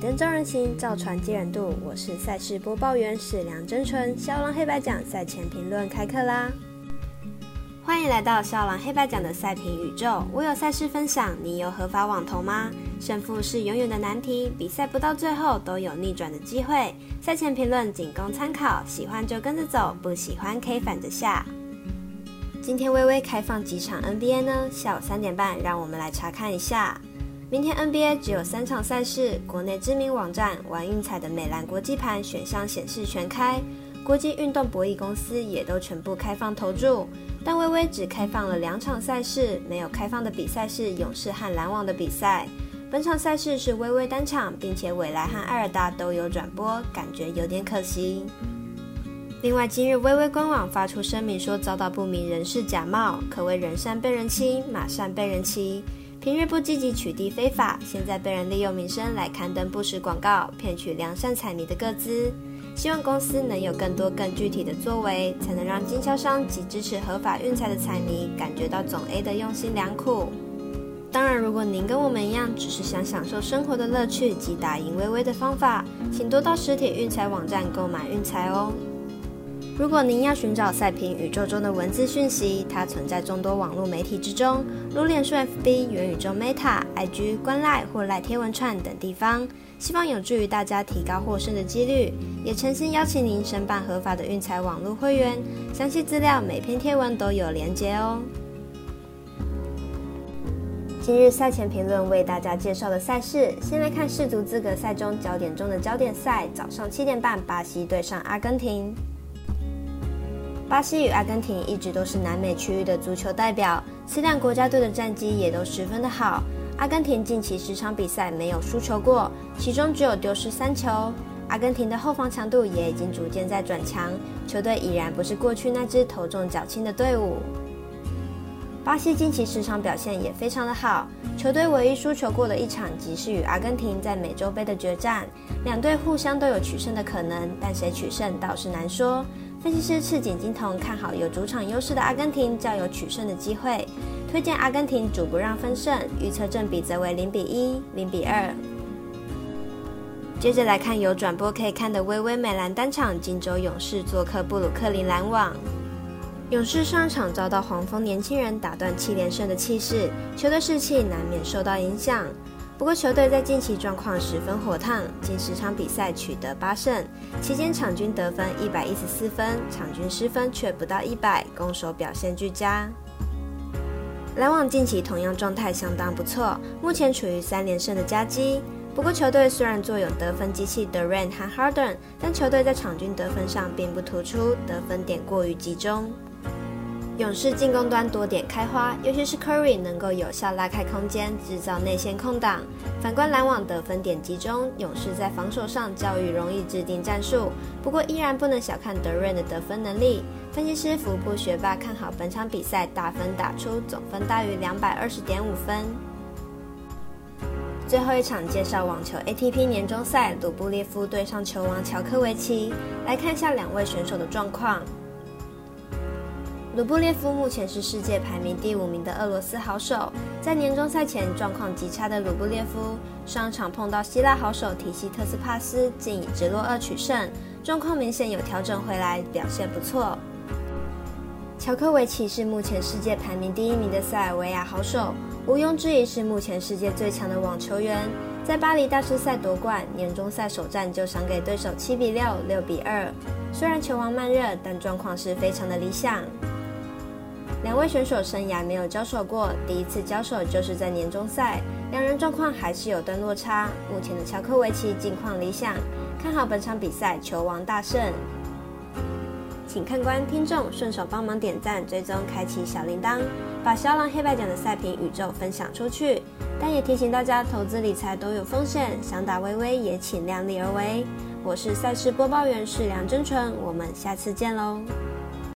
灯照人行，造船接人度。我是赛事播报员史梁真纯。骁狼黑白奖赛前评论开课啦！欢迎来到骁狼黑白奖的赛评宇宙。我有赛事分享，你有合法网投吗？胜负是永远的难题，比赛不到最后都有逆转的机会。赛前评论仅供参考，喜欢就跟着走，不喜欢可以反着下。今天微微开放几场 NBA 呢？下午3点半，让我们来查看一下。明天 NBA 只有3场赛事，国内知名网站玩运彩的美兰国际盘选项显示全开，国际运动博弈公司也都全部开放投注，但微微只开放了2场赛事，没有开放的比赛是勇士和篮网的比赛。本场赛事是微微单场，并且未来和艾尔达都有转播，感觉有点可惜。另外，今日微微官网发出声明说遭到不明人士假冒，可谓人善被人欺，马善被人骑。平日不积极取缔非法，现在被人利用名声来刊登不实广告，骗取良善彩迷的个资。希望公司能有更多更具体的作为，才能让经销商及支持合法运彩的彩迷感觉到总 A 的用心良苦。当然，如果您跟我们一样，只是想享受生活的乐趣及打赢微微的方法，请多到实体运彩网站购买运彩哦。如果您要寻找赛评宇宙中的文字讯息，它存在众多网络媒体之中，如脸书 FB、元宇宙 Meta、IG、官赖或赖贴文串等地方，希望有助于大家提高获胜的几率，也诚心邀请您申办合法的运彩网络会员，详细资料每篇贴文都有连结哦。今日赛前评论为大家介绍的赛事，先来看世足资格赛中焦点中的焦点赛，早上7点半，巴西对上阿根廷。巴西与阿根廷一直都是南美区域的足球代表，此两国家队的战绩也都十分的好。阿根廷近期10场比赛没有输球过，其中只有丢失3球。阿根廷的后防强度也已经逐渐在转强，球队已然不是过去那支头重脚轻的队伍。巴西近期10场表现也非常的好，球队唯一输球过的1场即是与阿根廷在美洲杯的决战，两队互相都有取胜的可能，但谁取胜倒是难说。分析师赤井金童看好有主场优势的阿根廷较有取胜的机会，推荐阿根廷主不让分胜，预测正比则为0-1、0-2。接着来看有转播可以看的微微美兰单场，金州勇士做客布鲁克林篮网。勇士上场遭到黄蜂年轻人打断7连胜的气势，球队士气难免受到影响。不过球队在近期状况十分火烫，近10场比赛取得8胜，期间场均得分114分，场均失分却不到100，攻守表现俱佳。篮网近期同样状态相当不错，目前处于3连胜的佳绩。不过球队虽然坐拥得分机器 Durant 和 Harden， 但球队在场均得分上并不突出，得分点过于集中。勇士进攻端多点开花，尤其是 Curry 能够有效拉开空间，制造内线空档。反观篮网得分点集中，勇士在防守上较为容易制定战术，不过依然不能小看 Durant 的得分能力。分析师福布学霸看好本场比赛大分打出，总分大于220.5分。最后一场介绍网球 ATP 年终赛，鲁布列夫对上球王乔科维奇。来看一下2位选手的状况。鲁布列夫目前是世界排名第5名的俄罗斯好手，在年终赛前状况极差的鲁布列夫，上场碰到希腊好手提西特斯帕斯，竟以直落2取胜，状况明显有调整回来，表现不错。乔科维奇是目前世界排名第1名的塞尔维亚好手，毋庸置疑是目前世界最强的网球员。在巴黎大师赛夺冠，年终赛首战就赏给对手7-6、6-2。虽然球王慢热，但状况是非常的理想。2位选手生涯没有交手过，第一次交手就是在年终赛，2人状况还是有段落差。目前的乔科维奇近况理想，看好本场比赛球王大胜。请看官听众顺手帮忙点赞、追踪、开启小铃铛，把骁狼黑白奖的赛评宇宙分享出去。但也提醒大家，投资理财都有风险，想打微微也请量力而为。我是赛事播报员史梁真纯，我们下次见喽。